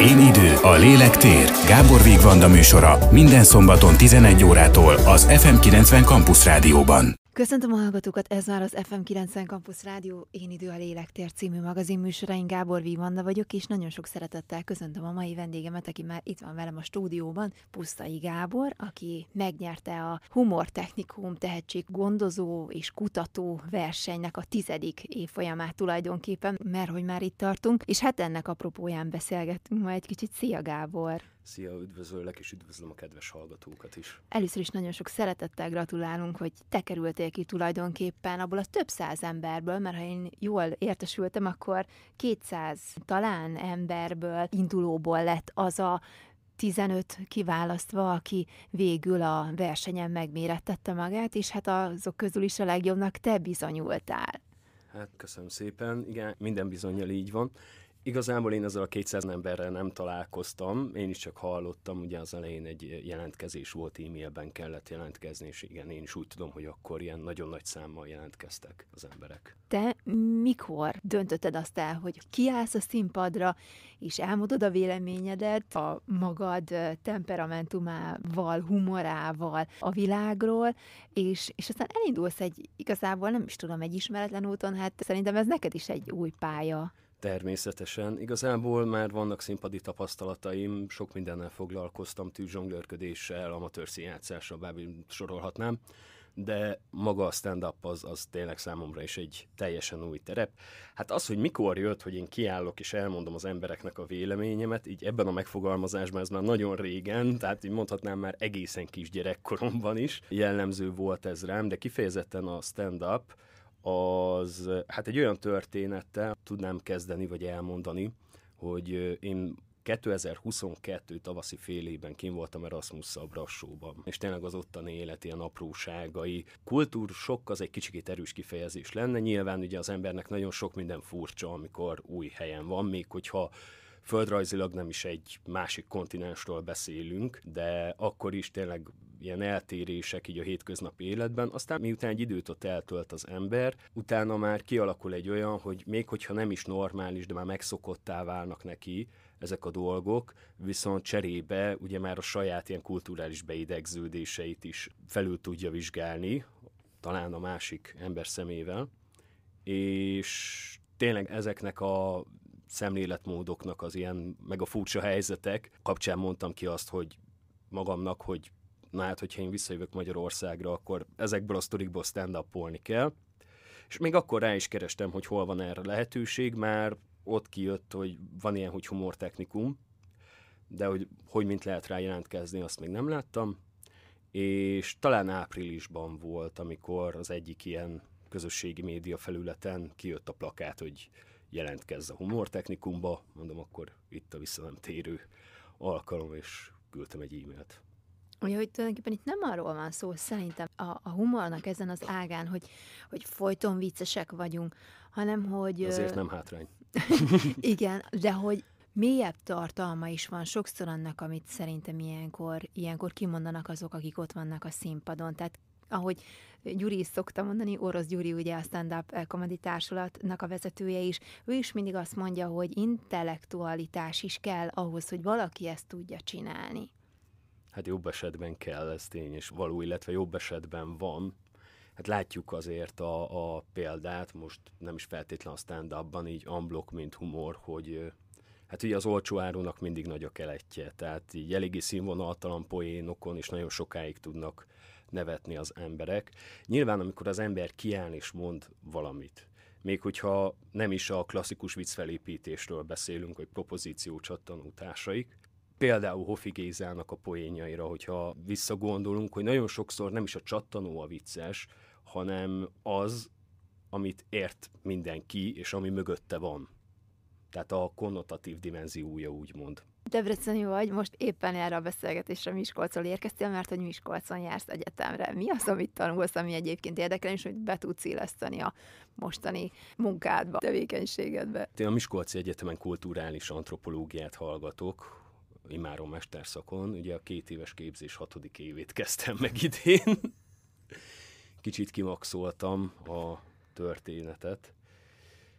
Én idő, a lélek tér. Gábor Vigvanda műsora minden szombaton 11 órától az FM 90 Campus Rádióban. Köszöntöm a hallgatókat, ez már az FM 90 Campus Rádió, Én idő, a lélek tér című magazin műsorain. Gábor Vigvanda vagyok, és nagyon sok szeretettel köszöntöm a mai vendégemet, aki már itt van velem a stúdióban, Pusztai Gábor, aki megnyerte a Humortechnikum tehetséggondozó és kutató versenynek a 10. évfolyamát tulajdonképpen, mert hogy már itt tartunk, és hát ennek apropóján beszélgettünk ma egy kicsit. Szia Gábor! Szia, üdvözöllek, és üdvözlöm a kedves hallgatókat is. Először is nagyon sok szeretettel gratulálunk, hogy te kerültél ki tulajdonképpen abból a több száz emberből, mert ha én jól értesültem, akkor 200 talán emberből, indulóból lett az a 15 kiválasztva, aki végül a versenyen megmérettette magát, és hát azok közül is a legjobbnak te bizonyultál. Hát köszönöm szépen, igen, minden bizonnyal így van. Igazából én ezzel a 200 emberrel nem találkoztam, én is csak hallottam, ugye az elején egy jelentkezés volt, e-mailben kellett jelentkezni, és igen, én is úgy tudom, hogy akkor ilyen nagyon nagy számmal jelentkeztek az emberek. Te mikor döntötted azt el, hogy kiállsz a színpadra, és elmondod a véleményedet a magad temperamentumával, humorával a világról, és aztán elindulsz egy, igazából nem is tudom, egy ismeretlen úton, hát szerintem ez neked is egy új pálya. Természetesen. Igazából már vannak színpadi tapasztalataim, sok mindennel foglalkoztam, tűzsonglőrködéssel, amatőr színjátszással, bármi sorolhatnám, de maga a stand-up az tényleg számomra is egy teljesen új terep. Hát az, hogy mikor jött, hogy én kiállok és elmondom az embereknek a véleményemet, így ebben a megfogalmazásban ez már nagyon régen, tehát így mondhatnám már egészen kisgyerekkoromban is jellemző volt ez rám, de kifejezetten a stand-up, az hát egy olyan történettel tudnám kezdeni, vagy elmondani, hogy én 2022 tavaszi félében kint voltam Erasmusszal Brassóban, és tényleg az ottani élet ilyen apróságai. Kultúrsokk az egy kicsikét erős kifejezés lenne, nyilván ugye az embernek nagyon sok minden furcsa, amikor új helyen van, még hogyha földrajzilag nem is egy másik kontinensről beszélünk, de akkor is tényleg ilyen eltérések így a hétköznapi életben. Aztán miután egy időt ott eltölt az ember, utána már kialakul egy olyan, hogy még hogyha nem is normális, de már megszokottá válnak neki ezek a dolgok, viszont cserébe ugye már a saját ilyen kulturális beidegződéseit is felül tudja vizsgálni, talán a másik ember szemével, és tényleg ezeknek a szemléletmódoknak az ilyen, meg a furcsa helyzetek kapcsán mondtam ki azt, hogy magamnak, hogy na hát, hogyha én visszajövök Magyarországra, akkor ezekből a sztorikból stand-upolni kell. És még akkor rá is kerestem, hogy hol van erre lehetőség, már ott kijött, hogy van ilyen, hogy humortechnikum, de hogy mint lehet rá jelentkezni, azt még nem láttam. És talán áprilisban volt, amikor az egyik ilyen közösségi média felületen kijött a plakát, hogy jelentkezz a humortechnikumba, mondom, akkor itt a visszanemtérő alkalom, és küldtem egy e-mailt. Ugye, hogy tulajdonképpen itt nem arról van szó, szerintem a humornak ezen az ágán, hogy folyton viccesek vagyunk, hanem hogy... Azért nem hátrány. Igen, de hogy mélyebb tartalma is van sokszor annak, amit szerintem ilyenkor kimondanak azok, akik ott vannak a színpadon. Tehát ahogy Gyuri is szokta mondani, Orosz Gyuri, ugye a Stand-up Comedy Társulatnak a vezetője is, ő is mindig azt mondja, hogy intellektualitás is kell ahhoz, hogy valaki ezt tudja csinálni. Hát jobb esetben kell, ez tény és való, illetve jobb esetben van. Hát látjuk azért a példát, most nem is feltétlen a stand-upban, így unblock, mint humor, hogy hát ugye az olcsó árunak mindig nagy a keletje, tehát így eléggé színvonaltalan poénokon is nagyon sokáig tudnak nevetni az emberek. Nyilván, amikor az ember kiáll és mond valamit, még hogyha nem is a klasszikus viccfelépítésről beszélünk, vagy propozíció csattanó társaik, például Hofi Gézának a poénjaira, hogyha visszagondolunk, hogy nagyon sokszor nem is a csattanó a vicces, hanem az, amit ért mindenki, és ami mögötte van. Tehát a konnotatív dimenziója, úgymond. Debreceni vagy, most éppen erre a beszélgetésre Miskolcról érkeztél, mert hogy Miskolcon jársz egyetemre. Mi az, amit tanulsz, ami egyébként érdekel, és hogy be tudsz illeszteni a mostani munkádba, tevékenységedbe? Én a Miskolci Egyetemen kulturális antropológiát hallgatok, immáron mesterszakon, ugye a 2 éves képzés 6. évét kezdtem meg idén. Kicsit kimaxoltam a történetet,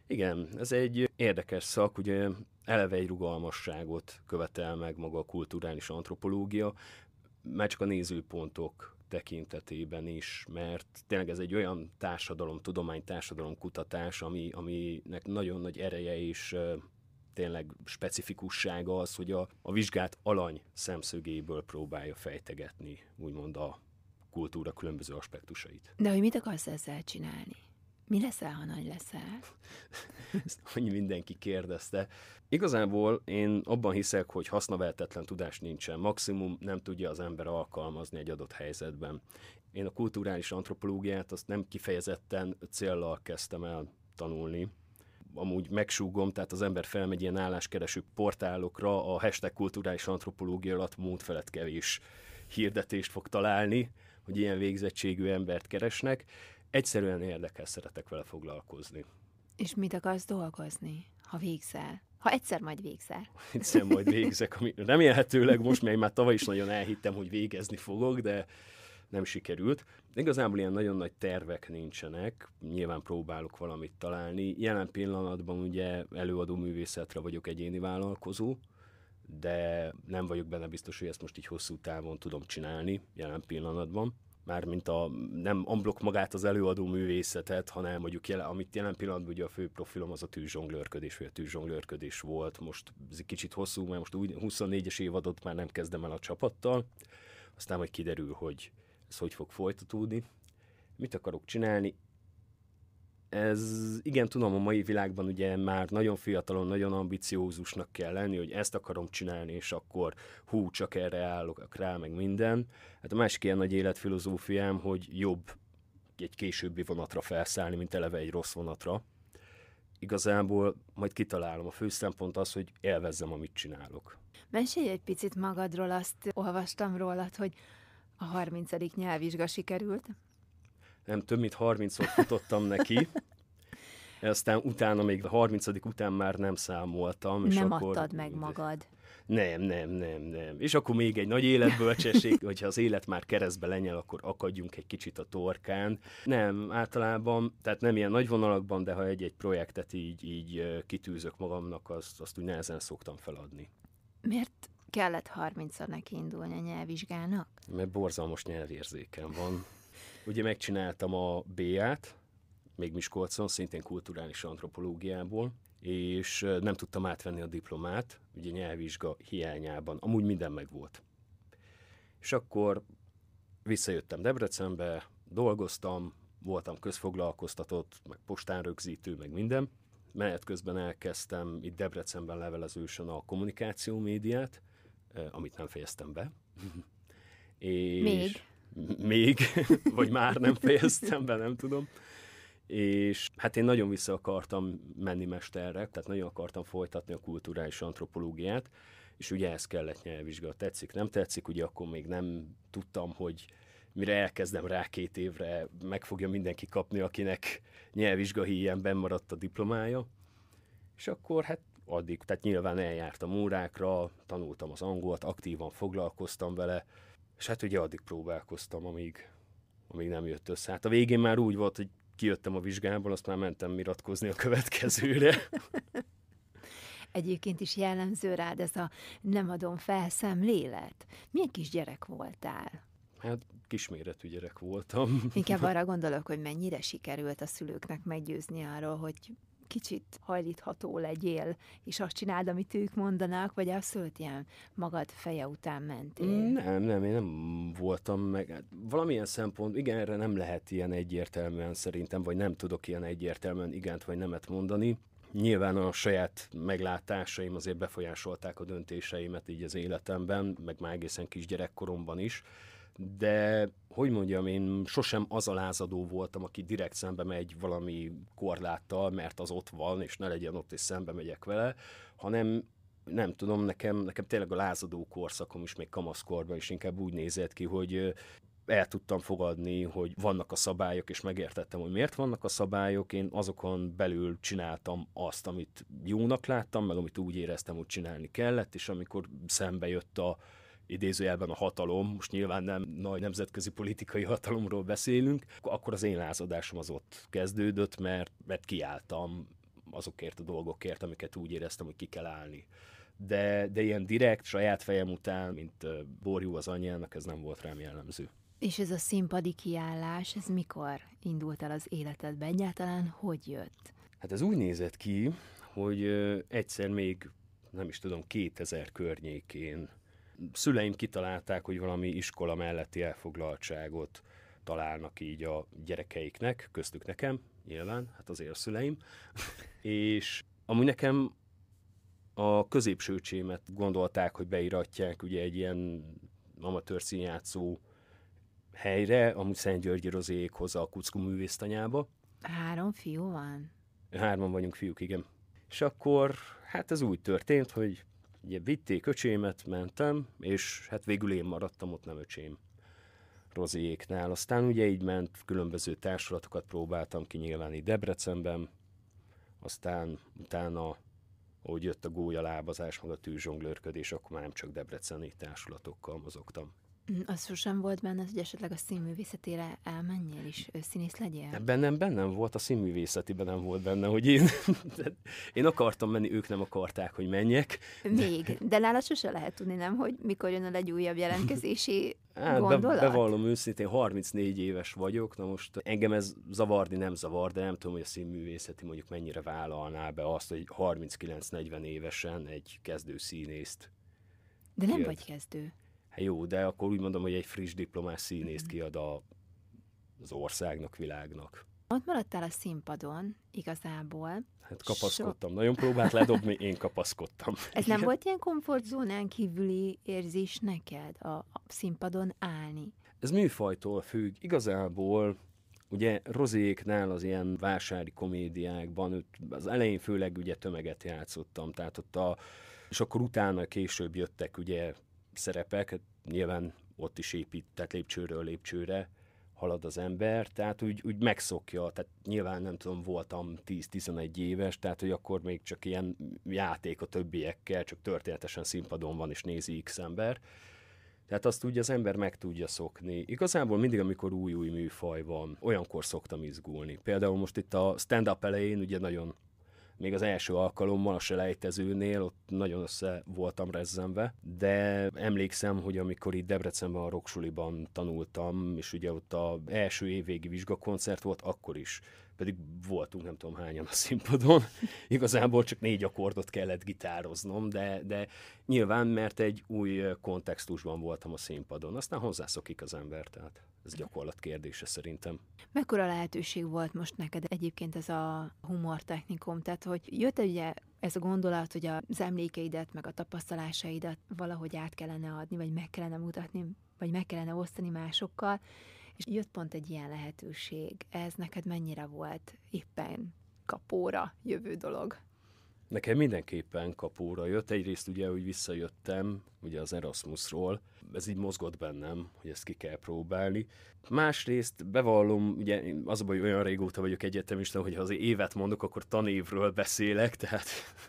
Igen, ez egy érdekes szak, ugye eleve egy rugalmasságot követel meg maga a kulturális antropológia, már csak a nézőpontok tekintetében is, mert tényleg ez egy olyan társadalomkutatás, aminek nagyon nagy ereje és tényleg specifikussága az, hogy a vizsgát alany szemszögéből próbálja fejtegetni, úgymond a kultúra különböző aspektusait. De hogy mit akarsz ezzel csinálni? Mi leszel, ha nagy leszel? Ezt annyi mindenki kérdezte. Igazából én abban hiszek, hogy hasznavehetetlen tudás nincsen. Maximum nem tudja az ember alkalmazni egy adott helyzetben. Én a kulturális antropológiát azt nem kifejezetten céllal kezdtem el tanulni. Amúgy megsúgom, tehát az ember felmegy ilyen álláskereső portálokra, a hashtag kulturális antropológia alatt múlt felett kevés hirdetést fog találni, hogy ilyen végzettségű embert keresnek. Egyszerűen érdekes, szeretek vele foglalkozni. És mit akarsz dolgozni, ha végzel? Ha egyszer majd végzel. Egyszer majd végzek, ami remélhetőleg most, mert már tavaly is nagyon elhittem, hogy végezni fogok, de nem sikerült. Igazából ilyen nagyon nagy tervek nincsenek, nyilván próbálok valamit találni. Jelen pillanatban ugye előadó művészetre vagyok egyéni vállalkozó, de nem vagyok benne biztos, hogy ezt most így hosszú távon tudom csinálni jelen pillanatban. Mármint nem unblock magát az előadó művészetet, hanem mondjuk amit jelen pillanatban ugye a fő profilom az a tűzzsonglőrködés, vagy a tűzzsonglőrködés volt. Most ez egy kicsit hosszú, mert most úgy 24-es évadot már nem kezdem el a csapattal. Aztán majd kiderül, hogy ez hogy fog folytatódni. Mit akarok csinálni? Ez igen, tudom, a mai világban ugye már nagyon fiatalon, nagyon ambiciózusnak kell lenni, hogy ezt akarom csinálni, és akkor csak erre állok rá, meg minden. Hát a másik ilyen nagy életfilozófiám, hogy jobb egy későbbi vonatra felszállni, mint eleve egy rossz vonatra. Igazából majd kitalálom. A fő szempont az, hogy élvezzem, amit csinálok. Mesélj egy picit magadról, azt olvastam rólad, hogy a 30. nyelvvizsga sikerült. Nem, több mint 30-szor futottam neki, aztán utána még a 30. után már nem számoltam. És nem akkor adtad meg magad. Nem. És akkor még egy nagy életbölcsesség, hogyha az élet már keresztbe lenyel, akkor akadjunk egy kicsit a torkán. Nem, általában, tehát nem ilyen nagy vonalakban, de ha egy-egy projektet így kitűzök magamnak, azt úgy nehezen szoktam feladni. Miért kellett 30-szor neki indulni a nyelvvizsgának? Mert borzalmas nyelvérzékem van. Ugye megcsináltam a B-ját, még Miskolcon, szintén kulturális antropológiából, és nem tudtam átvenni a diplomát, ugye nyelvvizsga hiányában. Amúgy minden megvolt. És akkor visszajöttem Debrecenbe, dolgoztam, voltam közfoglalkoztatott, meg postán rögzítő, meg minden. Menet közben elkezdtem itt Debrecenben levelezősen a kommunikáció médiát, amit nem fejeztem be. És még, vagy már nem fejeztem be, nem tudom. És hát én nagyon vissza akartam menni mesterre, tehát nagyon akartam folytatni a kulturális antropológiát, és ugye ez kellett nyelvvizsga. Tetszik, nem tetszik, ugye akkor még nem tudtam, hogy mire elkezdem rá 2 évre, meg fogja mindenki kapni, akinek nyelvvizsga híján benn maradt a diplomája. És akkor hát addig, tehát nyilván eljártam órákra, tanultam az angolt, aktívan foglalkoztam vele, és hát ugye addig próbálkoztam, amíg nem jött össze. Hát a végén már úgy volt, hogy kijöttem a vizsgából, azt már mentem iratkozni a következőre. Egyébként is jellemző rád ez a nem adom fel szemlélet. Milyen kisgyerek voltál? Hát kisméretű gyerek voltam. Inkább arra gondolok, hogy mennyire sikerült a szülőknek meggyőzni arról, hogy kicsit hajlítható legyél, és azt csináld, amit ők mondanak, vagy abszolút ilyen magad feje után mentél? Nem, én nem voltam meg. Valamilyen szempont, igen, erre nem lehet ilyen egyértelműen szerintem, vagy nem tudok ilyen egyértelműen igent vagy nemet mondani. Nyilván a saját meglátásaim azért befolyásolták a döntéseimet így az életemben, meg már egészen kisgyerekkoromban is. De, hogy mondjam, én sosem az a lázadó voltam, aki direkt szembe megy valami korláttal, mert az ott van, és ne legyen ott, és szembe megyek vele, hanem nem tudom, nekem tényleg a lázadó korszakom is még kamaszkorban is inkább úgy nézett ki, hogy el tudtam fogadni, hogy vannak a szabályok, és megértettem, hogy miért vannak a szabályok, én azokon belül csináltam azt, amit jónak láttam, meg amit úgy éreztem, hogy csinálni kellett, és amikor szembe jött idézőjelben a hatalom, most nyilván nem nagy nemzetközi politikai hatalomról beszélünk, akkor az én lázadásom az ott kezdődött, mert kiálltam azokért a dolgokért, amiket úgy éreztem, hogy ki kell állni. De ilyen direkt, saját fejem után, mint borjú az anyjának, ez nem volt rám jellemző. És ez a színpadi kiállás, ez mikor indult el az életedbe? Egyáltalán hogy jött? Hát ez úgy nézett ki, hogy egyszer még, nem is tudom, 2000 környékén szüleim kitalálták, hogy valami iskola melletti elfoglaltságot találnak így a gyerekeiknek, köztük nekem, nyilván, hát azért a szüleim. És amúgy nekem a középső öcsémet gondolták, hogy beiratják ugye egy ilyen amatőr színjátszó helyre, amúgy Szentgyörgyi Rozéékhoz a Kuckó művésztanyába. 3 fiú van? 3 vagyunk fiúk, igen. És akkor hát ez úgy történt, hogy ugye vitték öcsémet, mentem, és hát végül én maradtam ott, nem öcsém Rozééknál. Aztán ugye így ment, különböző társulatokat próbáltam ki nyilván itt Debrecenben, aztán utána, ahogy jött a gólyalábazás, meg a tűzsonglőrködés, akkor már nem csak debreceni társulatokkal mozogtam. Az sosem volt benne, hogy esetleg a színművészetére elmenjél is, színész legyél? Bennem volt, a színművészetiben nem volt benne, hogy én akartam menni, ők nem akarták, hogy menjek. Még, de nálad sose lehet tudni, nem, hogy mikor jön a legújabb jelentkezési gondolat? Bevallom őszintén, 34 éves vagyok, na most engem ez zavarni nem zavar, de nem tudom, hogy a színművészeti mondjuk mennyire vállalná be azt, hogy 39-40 évesen egy kezdő színészt. De nem vagy kezdő. Hát jó, de akkor úgy mondom, hogy egy friss diplomás színészt kiad az országnak, világnak. Ott maradtál a színpadon, igazából. Hát kapaszkodtam. Nagyon próbált ledobni, én kapaszkodtam. Ez nem volt ilyen komfortzónán kívüli érzés neked, a színpadon állni? Ez műfajtól függ. Igazából ugye Rozééknál az ilyen vásári komédiákban, az elején főleg ugye tömeget játszottam, tehát ott és akkor utána később jöttek ugye szerepek, nyilván ott is épít, tehát lépcsőről lépcsőre halad az ember, tehát úgy megszokja, tehát nyilván nem tudom, voltam 10-11 éves, tehát hogy akkor még csak ilyen játék a többiekkel, csak történetesen színpadon van és nézi X ember. Tehát azt úgy az ember meg tudja szokni. Igazából mindig, amikor új műfaj van, olyankor szoktam izgulni. Például most itt a stand-up elején ugye nagyon, még az első alkalommal a selejtezőnél ott nagyon össze voltam rezzenve, de emlékszem, hogy amikor itt Debrecenben a rocksuliban tanultam, és ugye ott az első évvégi vizsgakoncert volt, akkor is, pedig voltunk nem tudom hányan a színpadon, igazából csak 4 akkordot kellett gitároznom, de nyilván, mert egy új kontextusban voltam a színpadon, aztán hozzászokik az ember, tehát ez gyakorlat kérdése szerintem. Mekkora lehetőség volt most neked egyébként ez a humortechnikum? Tehát, hogy jött ugye ez a gondolat, hogy az emlékeidet, meg a tapasztalásaidat valahogy át kellene adni, vagy meg kellene mutatni, vagy meg kellene osztani másokkal, és jött pont egy ilyen lehetőség. Ez neked mennyire volt éppen kapóra jövő dolog? Nekem mindenképpen kapóra jött. Egyrészt ugye, hogy visszajöttem ugye az Erasmusról, ez így mozgott bennem, hogy ezt ki kell próbálni. Másrészt bevallom, ugye az a baj, hogy olyan régóta vagyok egyetemista, hogy ha az évet mondok, akkor tanévről beszélek, tehát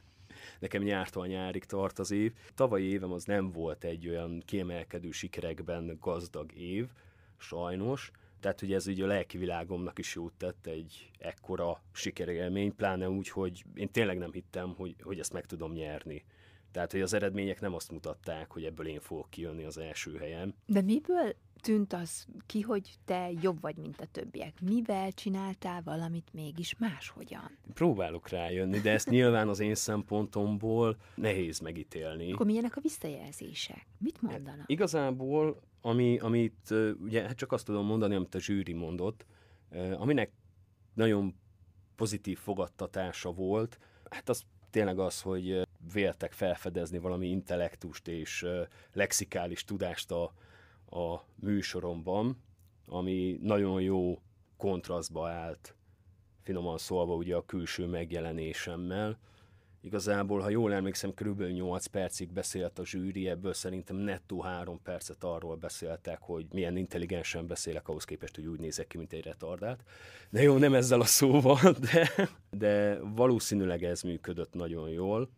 nekem nyártól nyárig tart az év. Tavalyi évem az nem volt egy olyan kiemelkedő sikerekben gazdag év, sajnos. Tehát, hogy ez ugye a lelki világomnak is jót tett egy ekkora sikerélmény, pláne úgy, hogy én tényleg nem hittem, hogy ezt meg tudom nyerni. Tehát, hogy az eredmények nem azt mutatták, hogy ebből én fogok kijönni az első helyen. De miből tűnt az ki, hogy te jobb vagy, mint a többiek? Mivel csináltál valamit mégis máshogyan? Próbálok rájönni, de ezt nyilván az én szempontomból nehéz megítélni. Akkor milyenek a visszajelzések? Mit mondanak? Igazából, amit ugye hát csak azt tudom mondani, amit a zsűri mondott, aminek nagyon pozitív fogadtatása volt, hát az tényleg az, hogy véltek felfedezni valami intellektust és lexikális tudást a műsoromban, ami nagyon jó kontrasztba állt, finoman szólva ugye a külső megjelenésemmel. Igazából, ha jól emlékszem, körülbelül 8 percig beszélt a zsűri, ebből szerintem nettó 3 percet arról beszéltek, hogy milyen intelligensen beszélek, ahhoz képest, hogy úgy nézek ki, mint egy retardált. De jó, nem ezzel a szóval, de valószínűleg ez működött nagyon jól.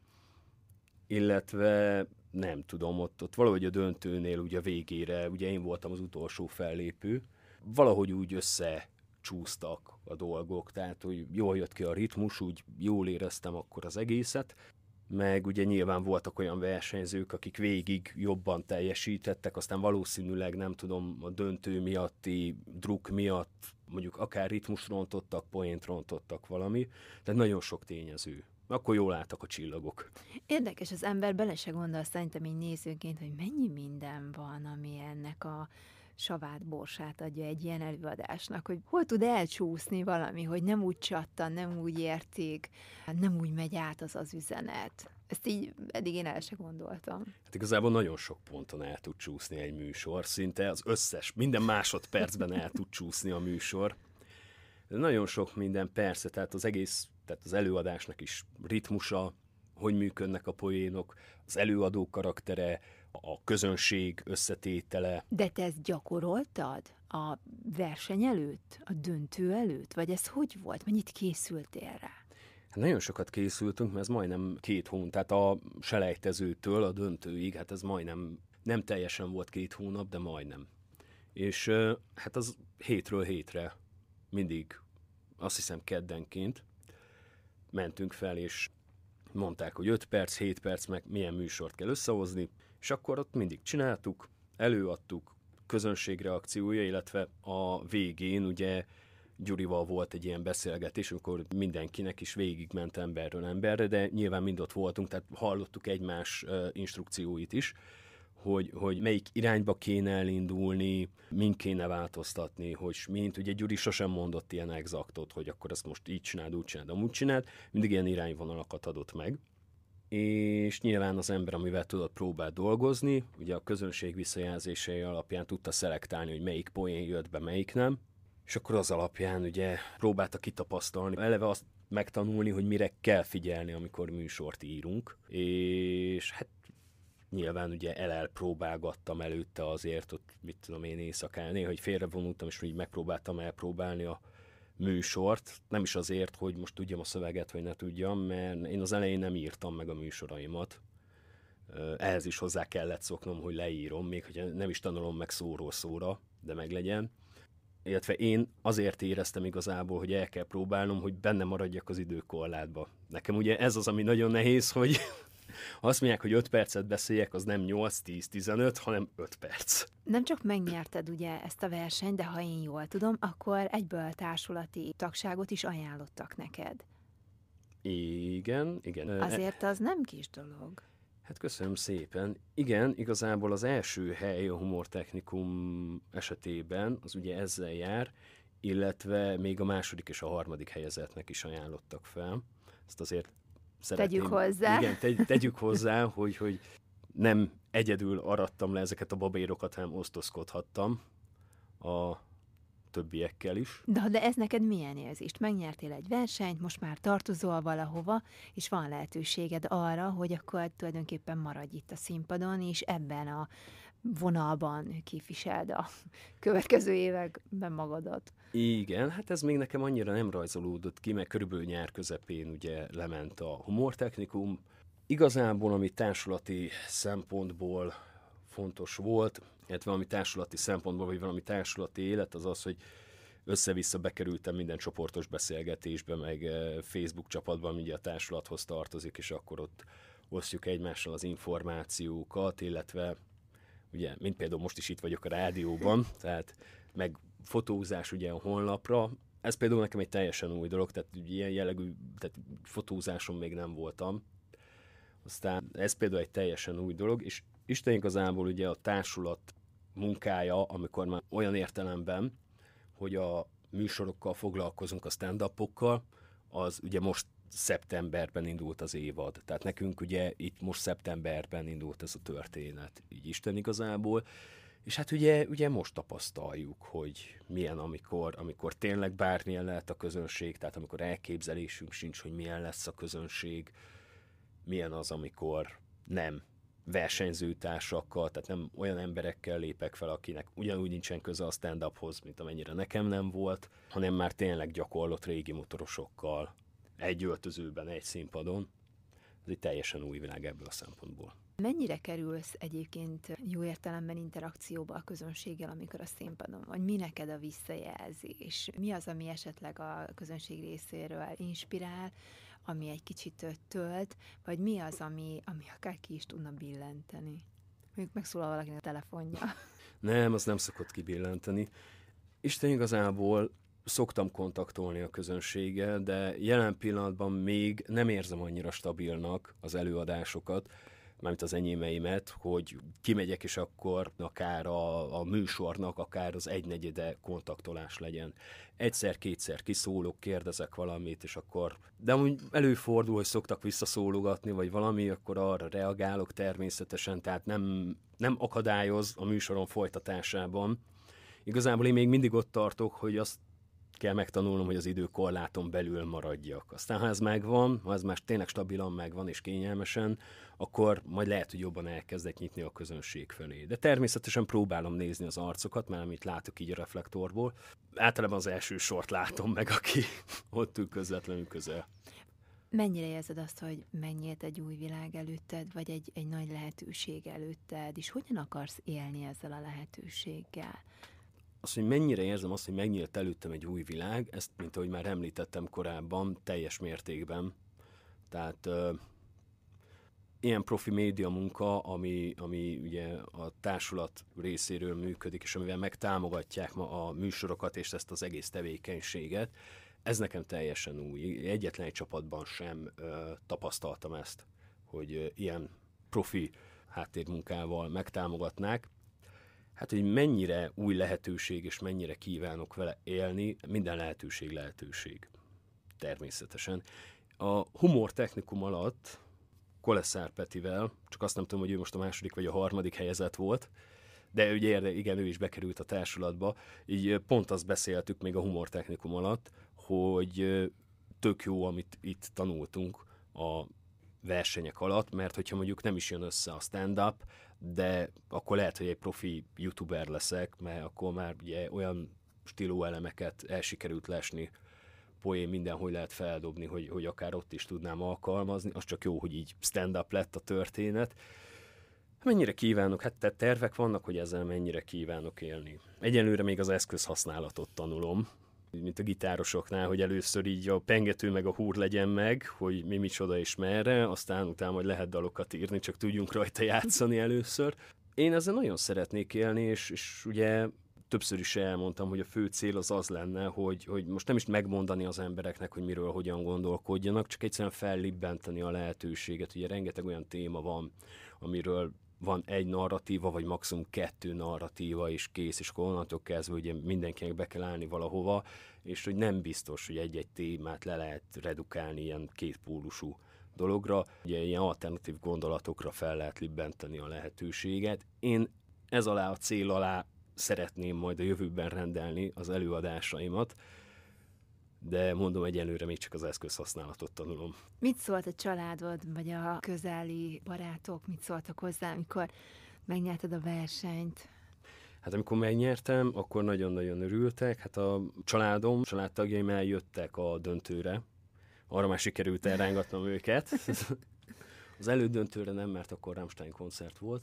Illetve nem tudom, ott valahogy a döntőnél ugye a végére, ugye én voltam az utolsó fellépő, valahogy úgy összecsapódott csúsztak a dolgok, tehát hogy jól jött ki a ritmus, úgy jól éreztem akkor az egészet, meg ugye nyilván voltak olyan versenyzők, akik végig jobban teljesítettek, aztán valószínűleg nem tudom, a döntő miatti druk miatt mondjuk akár ritmus rontottak, poént rontottak valami, tehát nagyon sok tényező. Akkor jól álltak a csillagok. Érdekes, az ember bele se gondol szerintem így nézőként, hogy mennyi minden van, ami ennek a savát, borsát adja egy ilyen előadásnak, hogy hol tud elcsúszni valami, hogy nem úgy csattan, nem úgy értik, nem úgy megy át az üzenet. Ezt így eddig én el se gondoltam. Hát igazából nagyon sok ponton el tud csúszni egy műsor, szinte az összes, minden másodpercben el tud csúszni a műsor. De nagyon sok minden, persze, tehát az egész, tehát az előadásnak is ritmusa, hogy működnek a poénok, az előadó karaktere, a közönség összetétele. De te ezt gyakoroltad a verseny előtt, a döntő előtt? Vagy ez hogy volt? Mennyit készültél rá? Hát nagyon sokat készültünk, mert ez majdnem 2 hónap, tehát a selejtezőtől a döntőig, hát ez majdnem, nem teljesen volt 2 hónap, de majdnem. És hát az hétről hétre mindig, azt hiszem keddenként mentünk fel, és mondták, hogy 5 perc, 7 perc, meg milyen műsort kell összehozni, és akkor ott mindig csináltuk, előadtuk, közönségreakciója, illetve a végén ugye Gyurival volt egy ilyen beszélgetés, amikor mindenkinek is végigment emberről emberre, de nyilván mind ott voltunk, tehát hallottuk egymás instrukcióit is, hogy melyik irányba kéne elindulni, min kéne változtatni, hogy mint ugye Gyuri sosem mondott ilyen exaktot, hogy akkor ezt most így csináld, úgy csináld, amúgy csináld, mindig ilyen irányvonalakat adott meg. És nyilván az ember, amivel tudott próbál dolgozni, ugye a közönség visszajelzései alapján tudta szelektálni, hogy melyik poén jött be, melyik nem, és akkor az alapján ugye próbálta kitapasztalni, eleve azt megtanulni, hogy mire kell figyelni, amikor műsort írunk, és hát nyilván ugye elpróbálgattam előtte azért, ott mit tudom én éjszakán, néha, hogy félrevonultam, és így megpróbáltam elpróbálni a műsort, nem is azért, hogy most tudjam a szöveget, vagy ne tudjam, mert én az elején nem írtam meg a műsoraimat. Ehhez is hozzá kellett szoknom, hogy leírom, még hogyha nem is tanulom meg szóról szóra, de meglegyen. Illetve én azért éreztem igazából, hogy el kell próbálnom, hogy benne maradjak az időkorlátba. Nekem ugye ez az, ami nagyon nehéz, hogy azt mondják, hogy 5 percet beszéljek, az nem 8, 10, 15, hanem 5 perc. Nem csak megnyerted ugye ezt a versenyt, de ha én jól tudom, akkor egyből társulati tagságot is ajánlottak neked. Igen. Azért az nem kis dolog. Hát köszönöm szépen. Igen, igazából az első hely a humortechnikum esetében, az ugye ezzel jár, illetve még a második és a harmadik helyezettnek is ajánlottak fel. Ezt azért szeretném. Tegyük hozzá. Igen, tegyük hozzá, hogy nem egyedül arattam le ezeket a babérokat, hanem osztozkodhattam a többiekkel is. De ez neked milyen érzést? Megnyertél egy versenyt, most már tartozol valahova, és van lehetőséged arra, hogy akkor tulajdonképpen maradj itt a színpadon, és ebben a vonalban képviseld a következő években magadat. Igen, hát ez még nekem annyira nem rajzolódott ki, mert körülbelül nyár közepén ugye lement a humortechnikum. Igazából, ami társulati szempontból fontos volt, illetve valami társulati szempontból, vagy valami társulati élet, az az, hogy össze-vissza bekerültem minden csoportos beszélgetésbe, meg Facebook csapatban, ami ugye a társulathoz tartozik, és akkor ott osztjuk egymással az információkat, illetve ugye, mint például most is itt vagyok a rádióban, tehát meg fotózás ugye a honlapra, ez például nekem egy teljesen új dolog, tehát ilyen jellegű tehát fotózáson még nem voltam. Aztán ez például egy teljesen új dolog, és Isten igazából ugye a társulat munkája, amikor már olyan értelemben, hogy a műsorokkal foglalkozunk, a stand-upokkal, az ugye most szeptemberben indult az évad. Tehát nekünk ugye itt most szeptemberben indult ez a történet, így Isten igazából. És hát ugye most tapasztaljuk, hogy milyen, amikor tényleg bármilyen lehet a közönség, tehát amikor elképzelésünk sincs, hogy milyen lesz a közönség, milyen az, amikor nem versenyzőtársakkal, tehát nem olyan emberekkel lépek fel, akinek ugyanúgy nincsen köze a stand-uphoz, mint amennyire nekem nem volt, hanem már tényleg gyakorlott régi motorosokkal, egy öltözőben, egy színpadon. egy teljesen új világ ebből a szempontból. Mennyire kerülsz egyébként jó értelemben interakcióba a közönséggel, amikor a színpadon vagy? Mi neked a visszajelzés? Mi az, ami esetleg a közönség részéről inspirál, ami egy kicsit tölt, vagy mi az, ami akár ki is tudna billenteni? Mondjuk megszólal valakinek a telefonja. Nem, az nem szokott kibillenteni. Isten igazából szoktam kontaktolni a közönséggel, de jelen pillanatban még nem érzem annyira stabilnak az előadásokat, mármint az enyémeimet, hogy kimegyek, és akkor akár a műsornak, akár az 1/4 kontaktolás legyen. Egyszer-kétszer kiszólok, kérdezek valamit, és akkor... De amúgy előfordul, hogy szoktak visszaszólogatni, vagy valami, akkor arra reagálok természetesen, tehát nem akadályoz a műsoron folytatásában. Igazából én még mindig ott tartok, hogy azt kell megtanulnom, hogy az időkorláton belül maradjak. Aztán ha ez megvan, ha ez már tényleg stabilan megvan és kényelmesen, akkor majd lehet, hogy jobban elkezdek nyitni a közönség felé. De természetesen próbálom nézni az arcokat, mert amit látok így a reflektorból. Általában az első sort látom meg, aki ott ül közvetlenül közel. Mennyire érzed azt, hogy megnyílt egy új világ előtted, vagy egy nagy lehetőség előtted, és hogyan akarsz élni ezzel a lehetőséggel? Azt, hogy mennyire érzem azt, hogy megnyílt előttem egy új világ, ezt, mint ahogy már említettem korábban, teljes mértékben. Tehát ilyen profi média munka, ami ugye a társulat részéről működik, és amivel megtámogatják ma a műsorokat és ezt az egész tevékenységet, ez nekem teljesen új. Egyetlen egy csapatban sem tapasztaltam ezt, hogy ilyen profi háttérmunkával megtámogatnák. Hát, hogy mennyire új lehetőség, és mennyire kívánok vele élni, minden lehetőség. Természetesen. A humortechnikum alatt Koleszár Petivel, csak azt nem tudom, hogy ő most a második vagy a harmadik helyezett volt, de ugye igen, ő is bekerült a társulatba, így pont azt beszéltük még a humortechnikum alatt, hogy tök jó, amit itt tanultunk a versenyek alatt, mert hogyha mondjuk nem is jön össze a stand-up, de akkor lehet, hogy egy profi youtuber leszek, mert akkor már ugye olyan stíló elemeket el sikerült lesni, poén mindenhol lehet feldobni, hogy akár ott is tudnám alkalmazni, az csak jó, hogy így stand-up lett a történet. Mennyire kívánok? Hát tervek vannak, hogy ezzel mennyire kívánok élni. Egyelőre még az eszközhasználatot tanulom, mint a gitárosoknál, hogy először így a pengető meg a húr legyen meg, hogy mi micsoda és merre, aztán utána majd lehet dalokat írni, csak tudjunk rajta játszani először. Én ezzel nagyon szeretnék élni, és ugye többször is elmondtam, hogy a fő cél az lenne, hogy most nem is megmondani az embereknek, hogy miről hogyan gondolkodjanak, csak egyszerűen fellibbenteni a lehetőséget. Ugye rengeteg olyan téma van, amiről van egy narratíva, vagy maximum 2 narratíva is kész, és akkor onnantól kezdve ugye mindenkinek be kell állni valahova, és hogy nem biztos, hogy egy-egy témát le lehet redukálni ilyen kétpólusú dologra. Ugye ilyen alternatív gondolatokra fel lehet libbenteni a lehetőséget. Én ez alá a cél alá szeretném majd a jövőben rendelni az előadásaimat, de mondom, egyelőre még csak az eszközhasználatot tanulom. Mit szólt a családod, vagy a közeli barátok, mit szóltak hozzá, amikor megnyerted a versenyt? Hát amikor megnyertem, akkor nagyon-nagyon örültek. Hát a családtagjaim eljöttek a döntőre. Arra már sikerült elrángatnom őket. Az elődöntőre nem, mert akkor Rammstein koncert volt.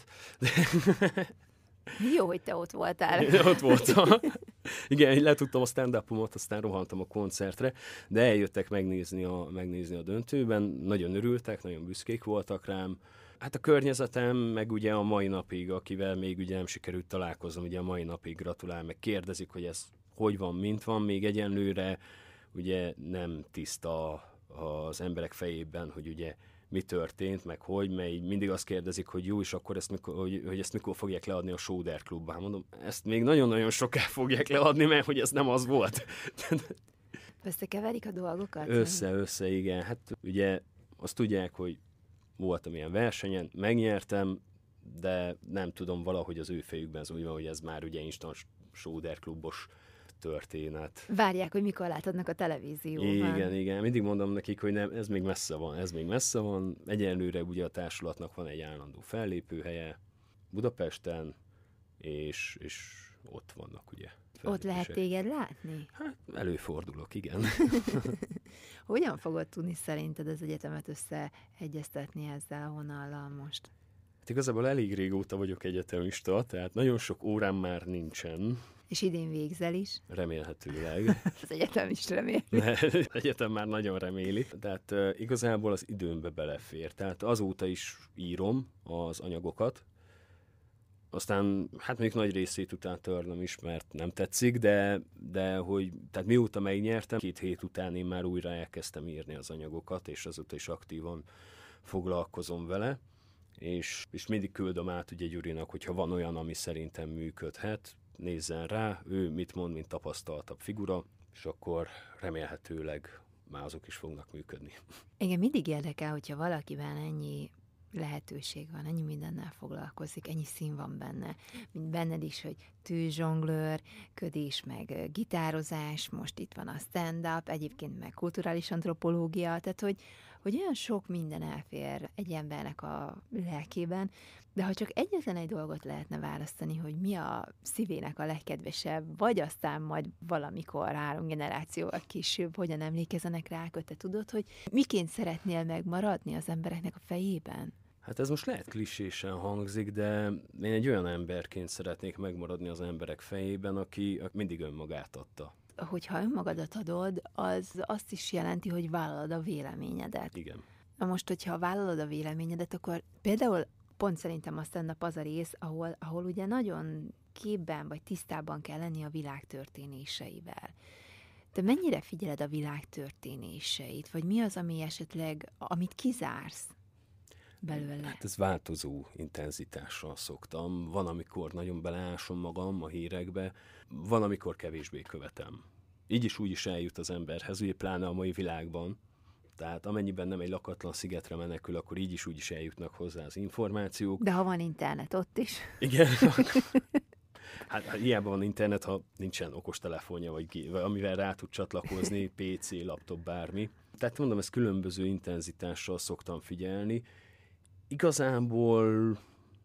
Jó, hogy te ott voltál. Ott voltam. Igen, letudtam a stand-upomot, aztán rohantam a koncertre, de eljöttek megnézni a döntőben, nagyon örültek, nagyon büszkék voltak rám. Hát a környezetem, meg ugye a mai napig, akivel még ugye nem sikerült találkoznom, ugye a mai napig gratulál, meg kérdezik, hogy ez hogy van, mint van, még egyenlőre ugye nem tiszta az emberek fejében, hogy ugye mi történt, meg hogy, mert mindig azt kérdezik, hogy jó, és akkor ezt mikor fogják leadni a Soder Klubban. Mondom, ezt még nagyon-nagyon soká fogják leadni, mert hogy ez nem az volt. Összekeverik a dolgokat? Össze, igen. Hát ugye azt tudják, hogy voltam ilyen versenyen, megnyertem, de nem tudom, valahogy az ő fejükben ez úgy van, hogy ez már ugye instant Soder Klubos történet. Várják, hogy mikor látodnak a televízióban. Igen. Mindig mondom nekik, hogy nem, ez még messze van. Egyenlőre ugye a társulatnak van egy állandó fellépőhelye Budapesten, és ott vannak ugye. Ott lehet téged látni? Hát előfordulok, igen. Hogyan fogod tudni szerinted az egyetemet összeegyeztetni ezzel a vonallal most? Hát igazából elég régóta vagyok egyetemista, tehát nagyon sok órám már nincsen. És idén végzel is? Remélhetőleg. Az egyetem is reméli. Az egyetem már nagyon reméli. Tehát igazából az időmbe belefér. Tehát azóta is írom az anyagokat. Aztán hát még nagy részét után törlöm is, mert nem tetszik, de hogy, tehát mióta megnyertem, 2 hét után én már újra elkezdtem írni az anyagokat, és azóta is aktívan foglalkozom vele. És mindig küldöm át ugye Gyurinak, hogyha van olyan, ami szerintem működhet, nézzen rá, ő mit mond, mint tapasztaltabb figura, és akkor remélhetőleg már azok is fognak működni. Igen, mindig érdekel, hogyha valakiben ennyi lehetőség van, ennyi mindennel foglalkozik, ennyi szín van benne, mint benned is, hogy tűzsonglőrködés, meg gitározás, most itt van a stand-up, egyébként meg kulturális antropológia, tehát hogy olyan sok minden elfér egy embernek a lelkében, de ha csak egyetlen egy dolgot lehetne választani, hogy mi a szívének a legkedvesebb, vagy aztán majd valamikor 3 generációval később hogyan emlékezenek rá, te tudod, hogy miként szeretnél megmaradni az embereknek a fejében? Hát ez most lehet klisésen hangzik, de én egy olyan emberként szeretnék megmaradni az emberek fejében, aki mindig önmagát adta. Hogyha önmagadat adod, az azt is jelenti, hogy vállalod a véleményedet. Igen. Na most, hogyha vállalod a véleményedet, akkor például pont szerintem a stand-up az a rész, ahol ugye nagyon képben vagy tisztában kell lenni a világ történéseivel. Te mennyire figyeled a világ történéseit? Vagy mi az, ami esetleg, amit kizársz belőle? Hát ez változó intenzitással szoktam. Van, amikor nagyon beleásom magam a hírekbe, van, amikor kevésbé követem. Így is úgy is eljut az emberhez, ugye pláne a mai világban. Tehát amennyiben nem egy lakatlan szigetre menekül, akkor így is úgy is eljutnak hozzá az információk. De ha van internet, ott is. Igen. Hát hiába van internet, ha nincsen okostelefonja, vagy amivel rá tud csatlakozni, PC, laptop, bármi. Tehát mondom, ezt különböző intenzitással szoktam figyelni. Igazából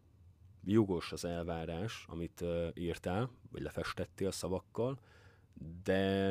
jogos az elvárás, amit írtál, vagy lefestettél szavakkal, de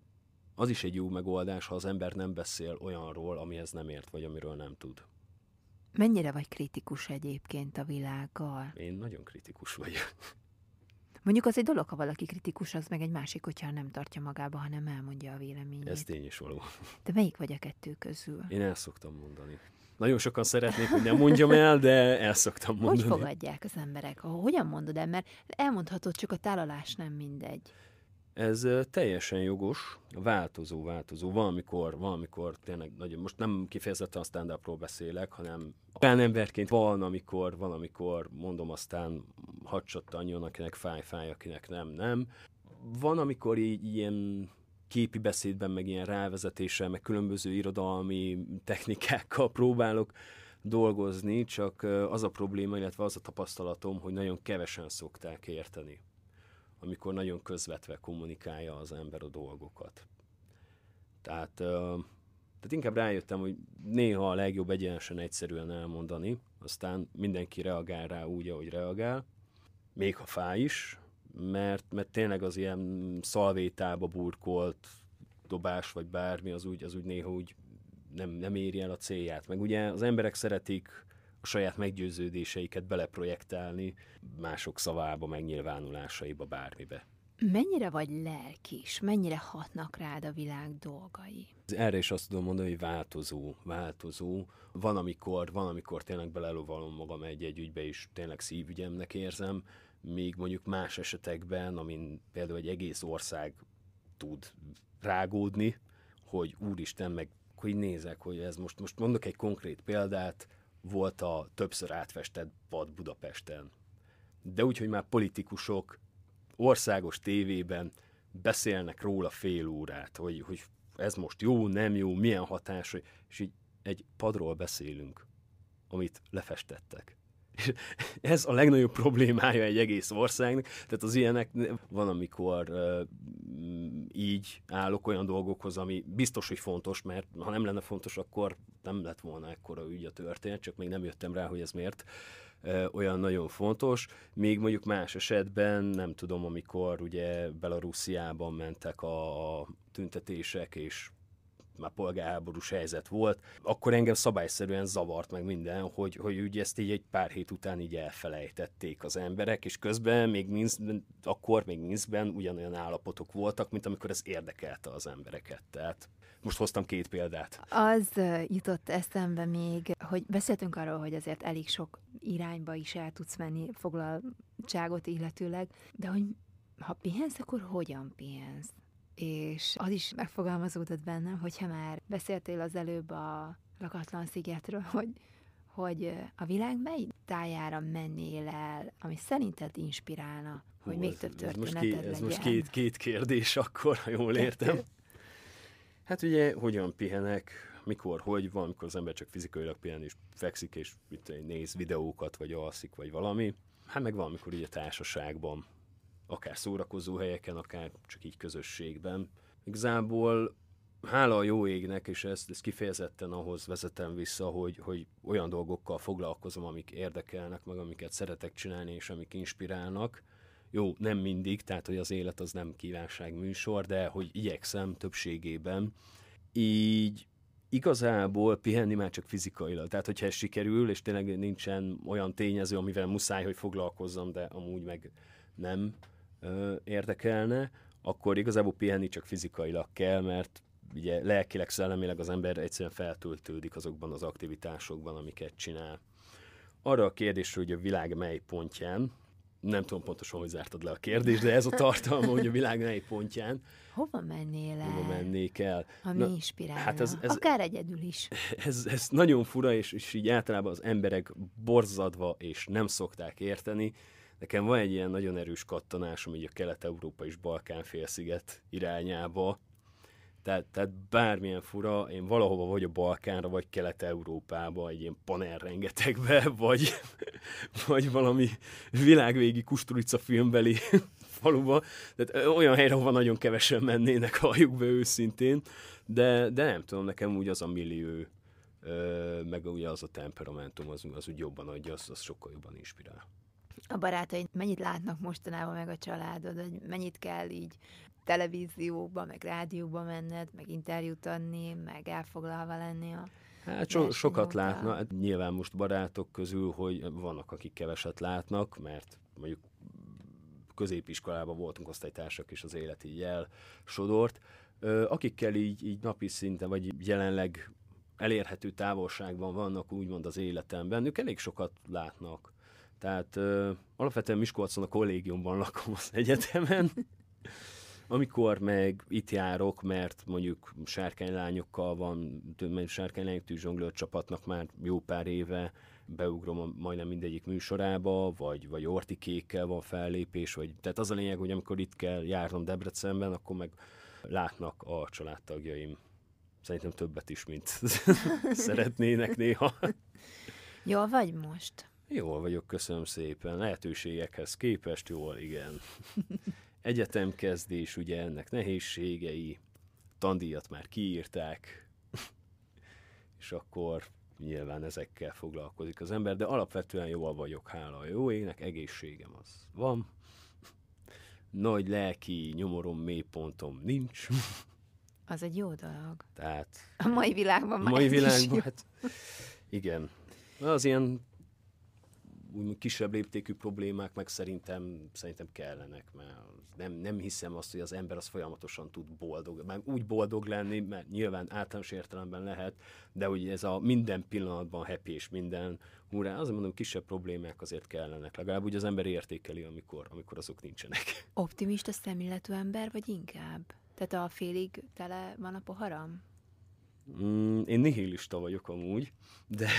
az is egy jó megoldás, ha az ember nem beszél olyanról, amihez nem ért, vagy amiről nem tud. Mennyire vagy kritikus egyébként a világgal? Én nagyon kritikus vagyok. Mondjuk az egy dolog, ha valaki kritikus, az meg egy másik, hogyha nem tartja magába, hanem elmondja a véleményét. Ez tény is való. De melyik vagy a 2 közül? Én el szoktam mondani. Nagyon sokan szeretnék, hogy nem mondjam el, de el szoktam mondani. Hogy fogadják az emberek? Hogyan mondod el? Mert elmondhatod, csak a tálalás nem mindegy. Ez teljesen jogos, változó. Valamikor tényleg nagyon, most nem kifejezetten a stand-upról beszélek, hanem olyan emberként van, amikor mondom, aztán hadcsattanjon, akinek fáj, akinek nem. Van, amikor így ilyen képi beszédben, meg ilyen rávezetéssel, meg különböző irodalmi technikákkal próbálok dolgozni, csak az a probléma, illetve az a tapasztalatom, hogy nagyon kevesen szokták érteni, amikor nagyon közvetve kommunikálja az ember a dolgokat. Tehát inkább rájöttem, hogy néha a legjobb egyenesen egyszerűen elmondani, aztán mindenki reagál rá úgy, ahogy reagál, még ha fáj is, mert tényleg az ilyen szalvétába burkolt dobás, vagy bármi, az úgy néha úgy nem éri el a célját. Meg ugye az emberek szeretik a saját meggyőződéseiket beleprojektálni mások szavába, megnyilvánulásaiba, bármibe. Mennyire vagy lelkis? Mennyire hatnak rád a világ dolgai? Erre is azt tudom mondani, hogy változó. Van, amikor tényleg belelovalom magam egy ügybe is, tényleg szívügyemnek érzem, míg mondjuk más esetekben, amin például egy egész ország tud rágódni, hogy úristen, meg hogy nézek, hogy ez most mondok egy konkrét példát, volt a többször átfestett pad Budapesten. De úgy, hogy már politikusok országos tévében beszélnek róla fél órát, hogy ez most jó, nem jó, milyen hatás, és így egy padról beszélünk, amit lefestettek. És ez a legnagyobb problémája egy egész országnak, tehát az ilyenek van, amikor így állok olyan dolgokhoz, ami biztos, hogy fontos, mert ha nem lenne fontos, akkor nem lett volna ekkora ügy a történet, csak még nem jöttem rá, hogy ez miért olyan nagyon fontos. Még mondjuk más esetben, nem tudom, amikor ugye Belarusziában mentek a tüntetések, és már polgárháborús helyzet volt, akkor engem szabályszerűen zavart meg minden, hogy ugye ezt így egy pár hét után így elfelejtették az emberek, és közben még Minszkben ugyanolyan állapotok voltak, mint amikor ez érdekelte az embereket. Tehát most hoztam 2 példát. Az jutott eszembe még, hogy beszéltünk arról, hogy azért elég sok irányba is el tudsz menni foglaltságot illetőleg, de hogy ha pihensz, akkor hogyan pihensz? És az is megfogalmazódott bennem, hogyha már beszéltél az előbb a lakatlan szigetről, hogy a világ mely tájára mennél el, ami szerinted inspirálna, hogy még több történeted legyen? Ez most két kérdés akkor, ha jól értem. Hát ugye, hogyan pihenek, mikor, hogy van, amikor az ember csak fizikailag pihen, és fekszik, és néz videókat, vagy alszik, vagy valami. Hát meg valamikor így a társaságban, akár szórakozó helyeken, akár csak így közösségben. Igazából hála a jó égnek, és ezt kifejezetten ahhoz vezetem vissza, hogy olyan dolgokkal foglalkozom, amik érdekelnek, meg amiket szeretek csinálni, és amik inspirálnak. Jó, nem mindig, tehát hogy az élet az nem kívánságműsor, de hogy igyekszem többségében. Így igazából pihenni már csak fizikailag. Tehát, hogyha ez sikerül, és tényleg nincsen olyan tényező, amivel muszáj, hogy foglalkozzam, de amúgy meg nem érdekelne, akkor igazából pihenni csak fizikailag kell, mert ugye lelkileg, szellemileg az ember egyszerűen feltöltődik azokban az aktivitásokban, amiket csinál. Arra a kérdésről, hogy a világ mely pontján, nem tudom pontosan, hogy zártad le a kérdést, de ez a tartalma, hogy a világ mely pontján. Hova mennél el? Hova mennék el? Ami inspirálna. Hát ez, akár egyedül is. Ez nagyon fura, és így általában az emberek borzadva, és nem szokták érteni. Nekem van egy ilyen nagyon erős kattanásom így a Kelet-Európa és Balkán-félsziget irányába. Tehát bármilyen fura, én valahova vagy a Balkánra, vagy Kelet-Európába, egy ilyen panelrengetegbe, vagy valami világvégi Kusturica filmbeli faluba. Tehát olyan helyre, ahova nagyon kevesen mennének, halljuk be őszintén. De nem tudom, nekem úgy az a millió, meg ugye az a temperamentum, az úgy jobban adja, az sokkal jobban inspirál. A barátaid mennyit látnak mostanában, meg a családod, hogy mennyit kell így televízióba, meg rádióba menned, meg interjút adni, meg elfoglalva lenni a Hát sokat látnak, hát nyilván most barátok közül, hogy vannak, akik keveset látnak, mert mondjuk középiskolában voltunk osztálytársak, és az élet így elsodort. Akikkel így napi szinten, vagy jelenleg elérhető távolságban vannak úgymond az életemben, ők elég sokat látnak. Tehát alapvetően Miskolcon a kollégiumban lakom az egyetemen, amikor meg itt járok, mert mondjuk sárkánylányokkal van, sárkánylányok tűzsonglőr csapatnak már jó pár éve, beugrom majdnem mindegyik műsorába, vagy ortikékkel van fellépés, tehát az a lényeg, hogy amikor itt kell járnom Debrecenben, akkor meg látnak a családtagjaim. Szerintem többet is, mint szeretnének néha. Jól vagy most? Jól vagyok, köszönöm szépen. Lehetőségekhez képest jól, igen. Egyetemkezdés, ugye ennek nehézségei, tandíjat már kiírták, és akkor nyilván ezekkel foglalkozik az ember, de alapvetően jól vagyok, hála a jó égnek, egészségem az van, nagy lelki nyomorom, mélypontom nincs. Az egy jó dolog. Tehát a mai világban már hát igen. Az ilyen úgymond kisebb léptékű problémák meg szerintem kellenek, mert nem hiszem azt, hogy az ember az folyamatosan tud már úgy boldog lenni, mert nyilván általános értelemben lehet, de hogy ez a minden pillanatban happy és minden hurrá, azért mondom, kisebb problémák azért kellenek. Legalább úgy az ember értékeli, amikor azok nincsenek. Optimista szemilletű ember vagy inkább? Tehát a félig tele van a poharam? Én nihilista vagyok amúgy, de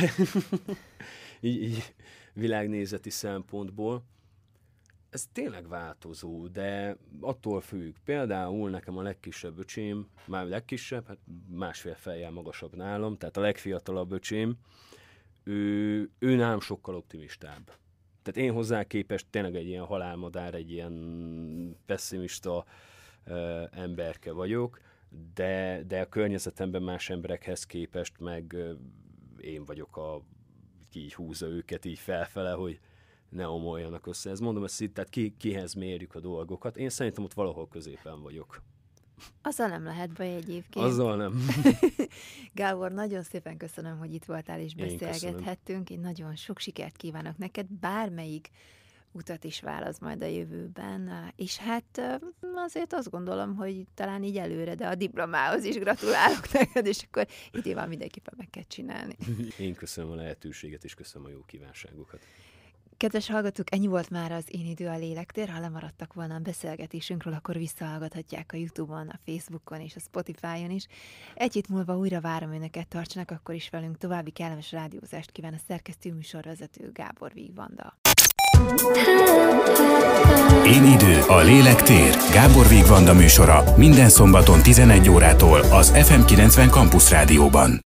így világnézeti szempontból ez tényleg változó, de attól függ. Például nekem a legkisebb öcsém, már legkisebb, hát 1,5 fejjel magasabb nálam, tehát a legfiatalabb öcsém, ő nálam sokkal optimistább. Tehát én hozzá képest tényleg egy ilyen halálmadár, egy ilyen pessimista emberke vagyok, de a környezetemben más emberekhez képest meg én vagyok így húzza őket így felfele, hogy ne omoljanak össze. Ez mondom, tehát kihez mérjük a dolgokat. Én szerintem ott valahol középen vagyok. Azzal nem lehet baj egyébként. Azzal nem. Gábor, nagyon szépen köszönöm, hogy itt voltál és beszélgethettünk. Én nagyon sok sikert kívánok neked, bármelyik utat is válasz majd a jövőben. És hát azért azt gondolom, hogy talán így előre, de a diplomához is gratulálok neked, és akkor idén mindenképpen meg kell csinálni. Én köszönöm a lehetőséget, és köszönöm a jó kívánságokat. Kedves hallgatók, ennyi volt már az Én idő a lélektér. Ha lemaradtak volna a beszélgetésünkről, akkor visszahallgathatják a YouTube-on, a Facebookon és a Spotify-on is. Egy hét múlva újra várom önöket, tartsanak akkor is velünk. További kellemes rádiózást kíván a szerkesztő műsorvezető Gábor Vigvanda. Én idő, a lélektér. Gábor Vigvanda műsora minden szombaton 11 órától az FM 90 Campus Rádióban.